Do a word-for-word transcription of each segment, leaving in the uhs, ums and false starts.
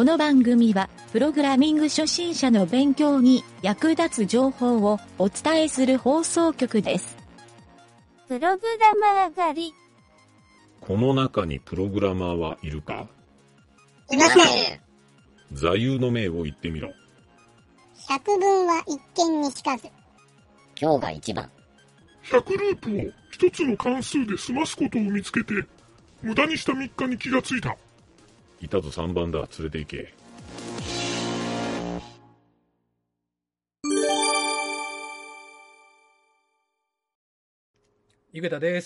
の番組は、プログラミング初心者の勉強に役立つ情報をお伝えする放送局です。 プログラマー狩り。 この中にプログラマーはいるか？ いません。 座右の銘を言ってみろ。 百聞は一見にしかず。 今日が一番。 ひゃくループを一つの関数で済ますことを見つけて、無駄にしたみっかに気がついた。 いたぞさんばんだ、連れて行け。 ゆげたです。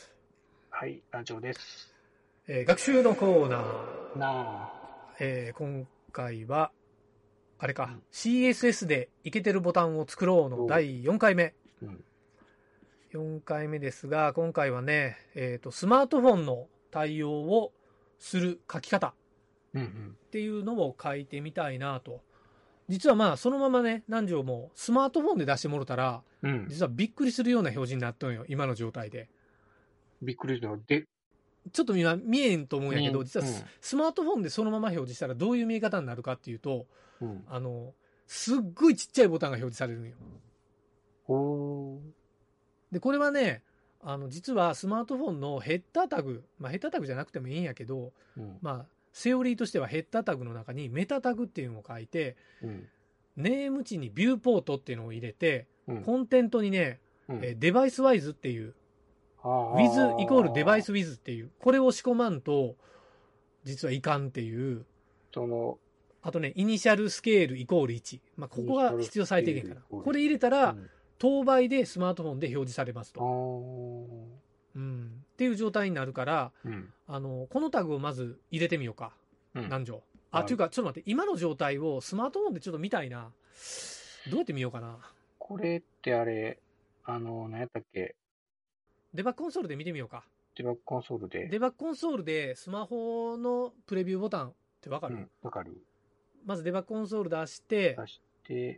はい、ラジオです。 えー、学習のコーナー。 なあ。 えー、今回は、あれか、うん、シーエスエス でイケてるボタンを作ろうのだいよんかいめ。うん、よんかいめですが、今回はね、えーと、スマートフォンの対応をする書き方っていうのを書いてみたいなと。実はまあ、そのままね、南條もスマートフォンで出してもらったら、うん、実はびっくりするような表示になったのよ、今の状態で。 びっくりするでちょっと今見えんと思うんやけど、実はス、うん、スマートフォンでそのまま表示したらどういう見え方になるかっていうと、うん、あの、すっごいちっちゃいボタンが表示されるんよ。 ほー。で、これはね、あの、実はスマートフォンのヘッダータグ、まあヘッダータグじゃなくてもいいんやけど、うん、まあ、セオリーとしてはヘッダータグの中にメタタグっていうのを書いて、うん、ネーム値にビューポートっていうのを入れて、うん、コンテントにね、うん、えデバイスワイズっていう、with イコールデバイス with っていう、これを仕込まんと、実はいかんっていう。 その、 あとね、イニシャルスケールイコールいち。まあ、ここが必要最低限かな。これ入れたら、うん、当倍でスマートフォンで表示されますと。うん。っていう状態になるから、うん、あの、このタグをまず入れてみようか。うん、南條。あ、というか、ちょっと待って、今の状態をスマートフォンでちょっと見たいな。どうやって見ようかな。 これってあれ、あの、何やったっけ？ デバッグコンソールで見てみようか。 デバッグコンソールで。 デバッグコンソールでスマホのプレビューボタンってわかる？ うん、わかる。 まずデバッグコンソール出して、 出して、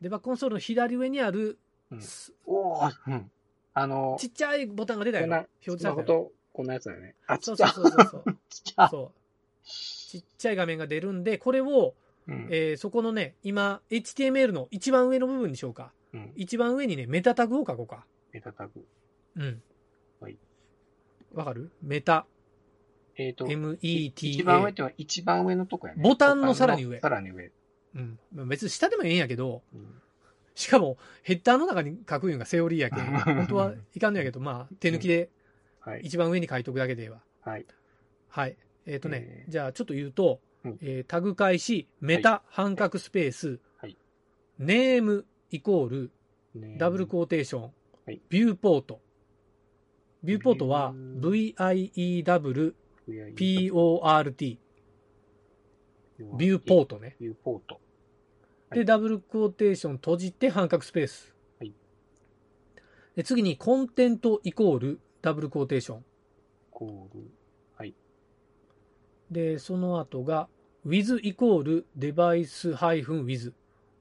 デバッグコンソールの左上にある、 うん、おー、うん。あの、 ちっちゃいボタンが出たよ。表示されたよ。 スマホとこんなやつだよね。 あ、そうそうそうそうそう。ちっちゃ。そう。ちっちゃい画面が出るんで、これを、うん、えー、そこのね、今、エイチティーエムエル の一番上の部分にしようか。うん、一番上にね、メタタグを書こうか。 メタタグ。 うん。 はい。 わかる？メタ。 えっ、ー、と、 エムイーティーエー。 一番上っては一番上のとこやね。 ボタンのさらに上。 さらに上。 うん。別に下でもいいんやけど、うん、しかもヘッダーの中に書くのがセオリーやけん、本当はいかんのやけど、まあ、手抜きで一番上に書いとくだけでは。 はい。 はい。えっ、ー、とね、えー、じゃあちょっと言うと、うんえー、タグ開始、メタ、はい、半角スペース、はい、ネームイコール、ダブルコーテーション、はい、ビューポート。ビューポートは ブイアイイーダブリューピーオーアールティー。ビューポートね。 ビューポート。 はい、で、ダブルコーテーション閉じて半角スペース。はい、で次にコンテントイコールダブルコーテーション。 コール。はい。 で、その後が with イコールデバイス -with。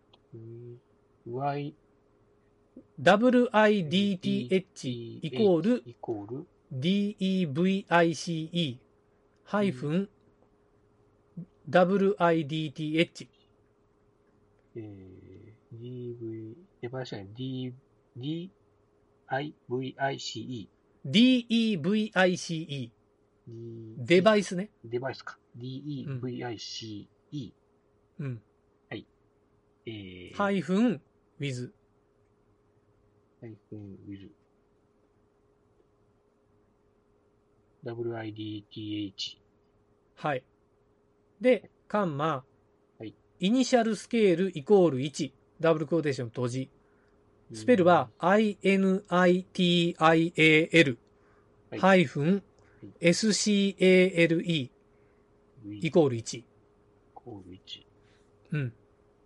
y ダブリューアイディーティーエイチ イコール ディーイーブイアイシーイー ハイフン ダブリューアイディーティーエイチ。 えー、ディーブイ、デバイスは D、ディーアイブイアイシーイー。 ディーイーブイアイシーイー。デバイスね。 デバイスか。ディーイーブイアイシーイー。うん。 はい。えー、 ハイフン with。 ハイフン with。ダブリューアイディーティーエイチ。 はい。で、カンマ、 はい、 イニシャルスケールイコールいち、ダブルクォーテーション閉じ。スペルは アイエヌアイティーアイエーエル、はい、ハイフン エスシーエーエルイー イコールいち。イコールいち。 うん。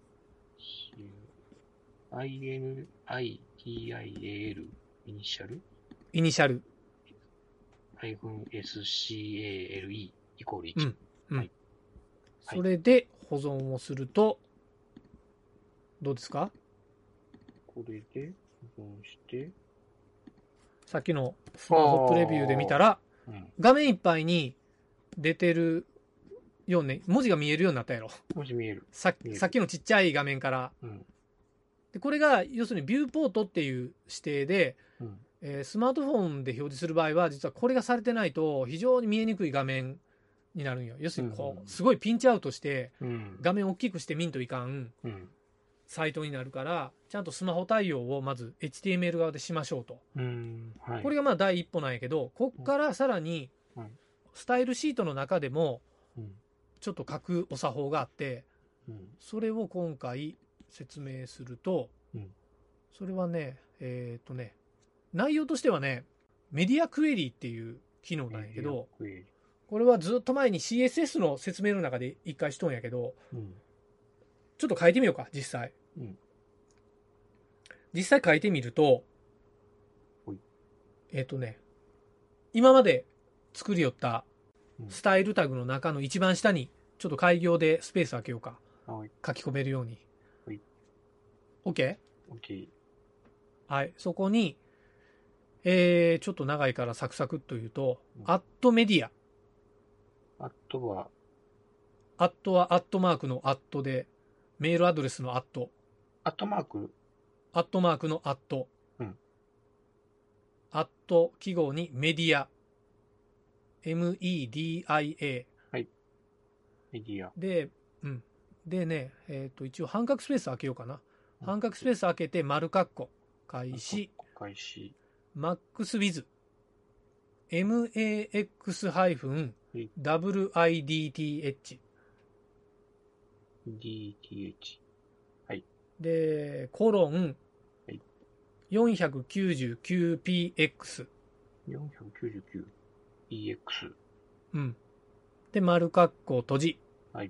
アイエヌアイティーアイエーエル イニシャルイニシャル。 ハイフン エスシーエーエルイー イコールいち。うん。 うん。 はい。 それで保存をすると、どうですか？ これで保存して、 さっきのスマホプレビューで見たら、うん、画面いっぱいに出てるようね、文字が見えるようになったやろ。 文字見える。 さ見えるさっきのちっちゃい画面から。 うん。 でこれが要するにビューポートっていう指定で、 うん。 えースマートフォンで表示する場合は実はこれがされてないと非常に見えにくい画面になるんよ。要するにこうんうすごいピンチアウトしてうん。 画面を大きくして見んといかんうん。 サイトになるからちゃんとスマホ対応をまず エイチティーエムエル 側でしましょうと。 うん。はい。 これがまあ第一歩なんやけど、こっからさらにうんスタイルシートの中でもうん。 ちょっと書くお作法があって、 うん。 それを今回説明すると、 うんそれはね、えっとね、内容としてはね、メディアクエリーっていう機能なんやけど、 クエリ。 これはずっと前に シーエスエス の説明の中で一回しとんやけど、 うん。 ちょっと書いてみようか、実際。 うん実際書いてみるとほい、 えっとね、今まで作りよったうんスタイルタグの中の一番下に、ちょっと開業でスペース開けようか。 はい。 書き込めるようにはい。 OK？ オッケー。 はい。そこに、えー、ちょっと長いからサクサクっと言うと、 うんアットメディア。 あとは、 アットはアットマークのアットで、メールアドレスのアット。 アットマーク。 アットマークのアット。 うんアット記号にメディア。エムイーディーアイエー。 メディア。 で、うん。でね、えっ、と、一応半角スペース開けようかな。半角スペース開けて、丸括弧。開始。 開始。 マックスウィズ。マックス ダブリューアイディーティーエイチ。 ディーティーエイチ。 で、コロンはい。 よんきゅうきゅうピーエックス。 よんきゅうきゅう イーエックス。 うん。で、丸括弧閉じ。 はい。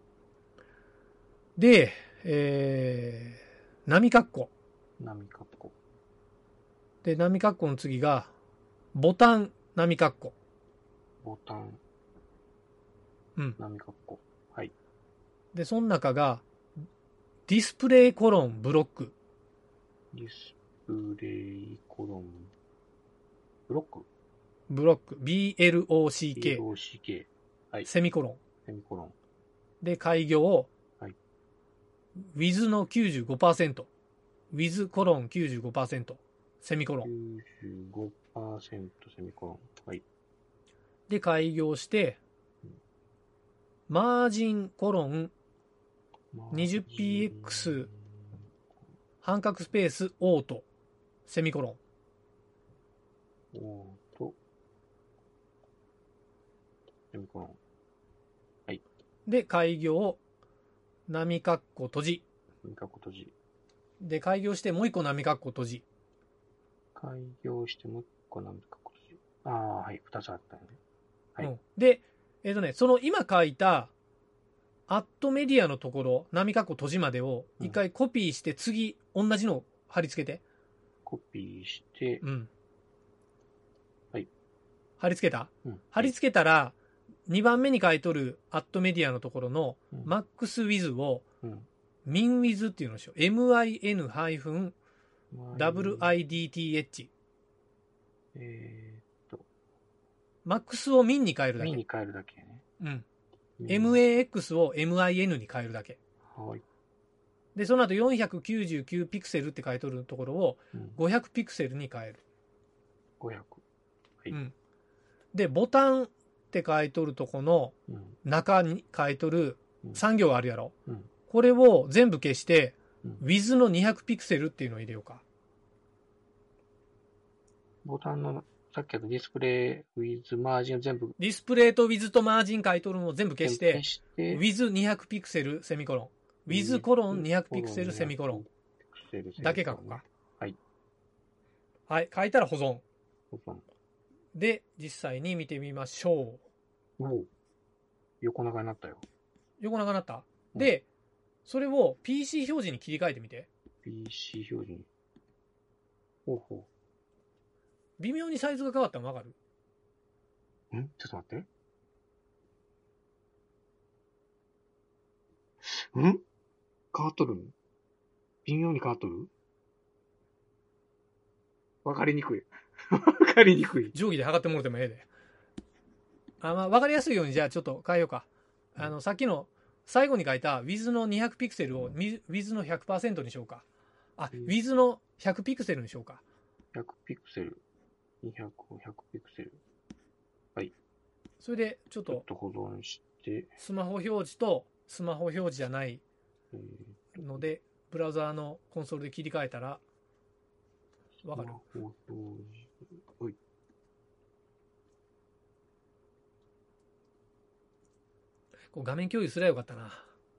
で、えー、波括弧。 波括弧。 で、波括弧の次が、ボタン波括弧。 ボタン。 うん。 波括弧。はい。 で、その中が、ディスプレイコロンブロック。 ディスプレイコロン。ブロック。 ブロック。ビーエルオーシーケー。 ビーエルオーシーケー。はい。 セミコロン。 セミコロン。 で、開業を、 はい with の きゅうじゅうごパーセント。with コロン きゅうじゅうごパーセント。セミコロン。 きゅうじゅうごパーセント セミコロン。はい。 で、開業して、マージンコロン にじゅうピーエックス 半角スペースオート。セミコロン。 おーと、セミコロン。 で、開業を波括弧閉じ。 波括弧閉じ。 で、開業してもう一個波括弧閉じ。 開業してもう一個波括弧閉じ。ああ、はい。二つあったよね。はいうん、で、えっ、とね、その今書いた、アットメディアのところ、波括弧閉じまでを一回コピーして次、同じの貼り付けて。 コピーして、 うん。 はい。 貼り付けた、 うん、 貼り付けたら、にばんめに書いとるアットメディアのところの、 うん、 マックスウィズを、 うん、 ミンウィズっていうのをしよう。min-ダブリューアイディーティーエイチ。 えーっと。 マックスをミンに変えるだけ。 ミンに変えるだけね。 うん。マックス を ミン に変えるだけ。 はい。 で、その後よんひゃくきゅうじゅうきゅうピクセルって書いとるところをごひゃくピクセルに変える。 ごひゃく。はい。 うん。で、ボタンって書いとるとこの中に書いとるさん行あるやろ。 うん。 これを全部消して、 うん、 with のにひゃくピクセルっていうのを入れようか。 ボタンの、さっきのディスプレイ with マージンを全部。 ディスプレイと with とマージン書いとるのを全部消して、 消して with にひゃくピクセルセミコロン。with コロンにひゃくピクセルセミコロン。だけ書こうか。 はい。 はい。書いたら保存。 保存。 で、実際に見てみましょう。おう。横長になったよ。 横長になった、うん、で、それを ピーシー 表示に切り替えてみて。 ピーシー 表示に。ほうほう。 微妙にサイズが変わったの分かる？ ん？ちょっと待って。ん？変わっとる？微妙に変わっとる？分かりにくい。分かりにくい。 定規で測ってもらってもええで。あ、まあ、分かりやすいように、じゃあちょっと変えようか。 あの、さっきの最後に書いた With のにひゃくピクセルを With の ひゃくパーセント にしようか。あ、With のひゃくピクセルにしようか。 ひゃくピクセル。にひゃくをひゃくピクセル。はい。 それで、ちょっと、 ちょっと保存して。 スマホ表示とスマホ表示じゃないので、ブラウザーのコンソールで切り替えたら、わかる？ スマホ表示。はい。 こう画面共有すればよかったな。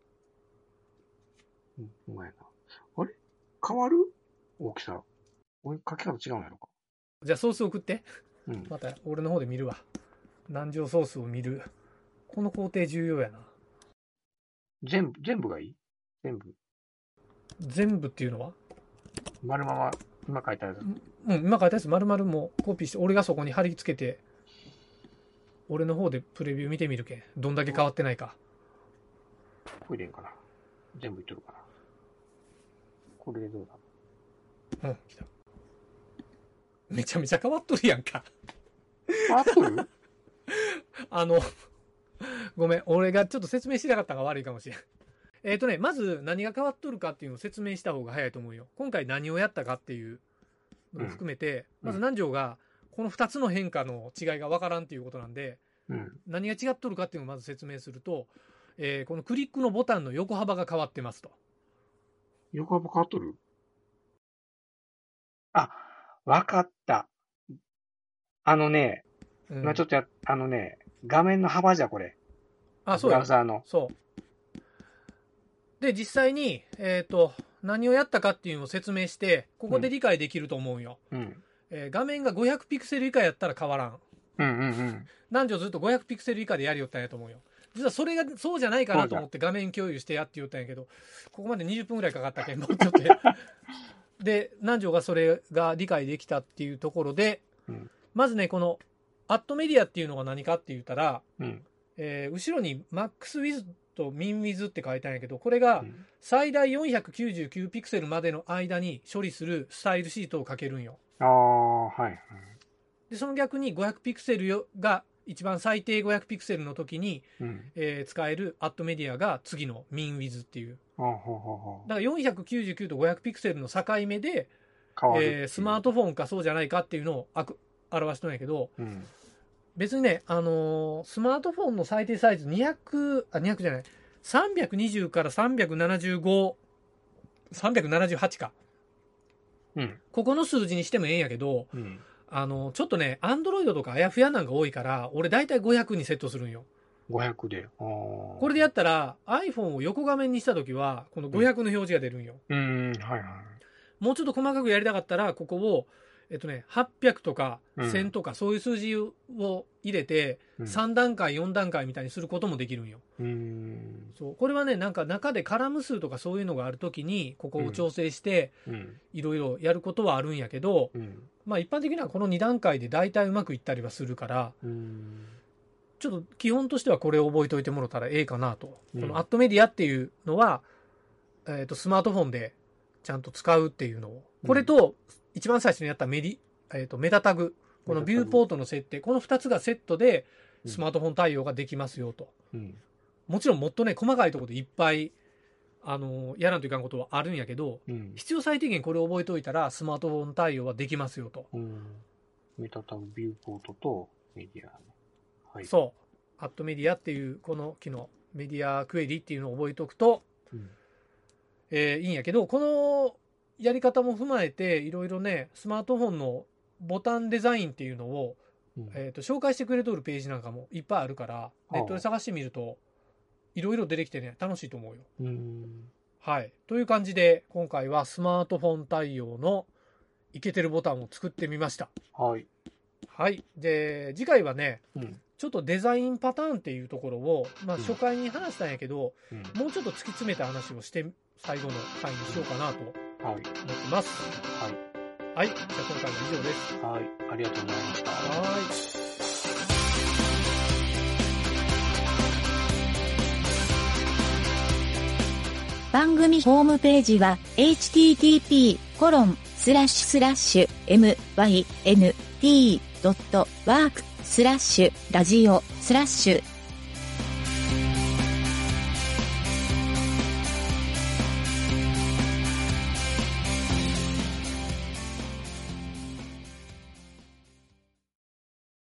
うん、うまいな。あれ変わる大きさ。俺書き方違うんやろか。 じゃあソース送って。 うん。 また俺の方で見るわ。南條ソースを見る。この工程重要やな。 全部、全部がいい？全部。 全部っていうのは？ 丸まま、今書いたやつ。 うん、今書いたやつ丸々もコピーして、俺がそこに貼り付けて、俺の方でプレビュー見てみるけん。どんだけ変わってないか。 これでいいんかな。全部いっとるかな。これでどうだ？ うん、来た。めちゃめちゃ変わっとるやんか。 変わっとる？ あの、ごめん、俺がちょっと説明しなかったのが悪いかもしれん。えっとね、まず何が変わっとるかっていうのを説明した方が早いと思うよ。今回何をやったかっていうのを含めて、うん、まず南條がこのふたつの変化の違いがわからんっていうことなんで、うん、何が違っとるかっていうのをまず説明すると、えー、このクリックのボタンの横幅が変わってますと。 横幅変わっとる？あ、わかった。あのね、うん、今ちょっとや、あのね、画面の幅じゃこれ。 あ、そうブラウザーの。 そう。で、実際に、えっと、何をやったかっていうのを説明して、ここで理解できると思うよ。うん。えー、画面がごひゃくピクセル以下やったら変わらん。 うんうんうん。 南條ずっとごひゃくピクセル以下でやりよったんやと思うよ。実はそれがそうじゃないかなと思って画面共有してやって言ったんやけど、ここまでにじゅっぷんぐらいかかったけん、もうちょっとや。で、南條がそれが理解できたっていうところで、うん、まずね、この、アットメディアっていうのが何かって言ったら、うんえー、後ろに マックス Width と ミン Width って書いてあるんやけど、これが最大よんひゃくきゅうじゅうきゅうピクセルまでの間に処理するスタイルシートをかけるんよ。 ああ、はい。 で、その逆にごひゃくピクセルが一番最低ごひゃくピクセルの時に、うんえー、使えるアットメディアが次の ミン Width っていう。 あほうほうほうだからよんひゃくきゅうじゅうきゅうとごひゃくピクセルの境目で、えー、スマートフォンかそうじゃないかっていうのをあく表しとんやけど、うん別にね、あのー、スマートフォンの最低サイズにひゃく、あ、にひゃくじゃない、さんびゃくにじゅうからさんびゃくななじゅうご、さんびゃくななじゅうはちか。うん。ここの数字にしてもええんやけど、うん、あのー、ちょっとね、アンドロイドとかあやふやなんが多いから、俺大体ごひゃくにセットするんよ。 ごひゃくで。あこれでやったら、iPhone を横画面にしたときは、このごひゃくの表示が出るんよ。 うん、うん、はいはい。 もうちょっと細かくやりたかったら、ここを、えっとね、はっぴゃくとかせんとかそういう数字を入れてさん段階よん段階みたいにすることもできるんよ。うん、そうこれはねなんか中でカラム数とかそういうのがあるときにここを調整していろいろやることはあるんやけど、うん、まあ一般的にはこのに段階で大体うまくいったりはするから、うん、ちょっと基本としてはこれを覚えておいてもらったらええかなと、うん、このアットメディアっていうのは、えーとスマートフォンでちゃんと使うっていうのをこれと、うん一番最初にやったメディ、えーと、メタタグ、このビューポートの設定、このふたつがセットでスマートフォン対応ができますよと。うん、もちろんもっとね、細かいところでいっぱい、あのー、やらんといかんことはあるんやけど、うん、必要最低限これを覚えておいたら、スマートフォン対応はできますよと。うん、 メタタグ、ビューポートとメディア、ねはい。そう。アットメディアっていうこの機能、メディアクエリっていうのを覚えておくと、うんえー、いいんやけど、この、やり方も踏まえていろいろねスマートフォンのボタンデザインっていうのを、うんえー、と紹介してくれとるページなんかもいっぱいあるからネットで探してみるといろいろ出てきてね楽しいと思うよ。うんはいという感じで今回はスマートフォン対応のイケてるボタンを作ってみました。 はいはいで次回はね、うん、ちょっとデザインパターンっていうところを、まあ、初回に話したんやけど、うん、もうちょっと突き詰めた話をして最後の回にしようかなとはい、 思ってます。 はい。 はい。じゃあ今回は以上です。 はい。ありがとうございました。 はい。 番組ホームページは エイチティーティーピーコロンスラッシュスラッシュエムワイエヌティードットワークスラッシュラジオスラッシュ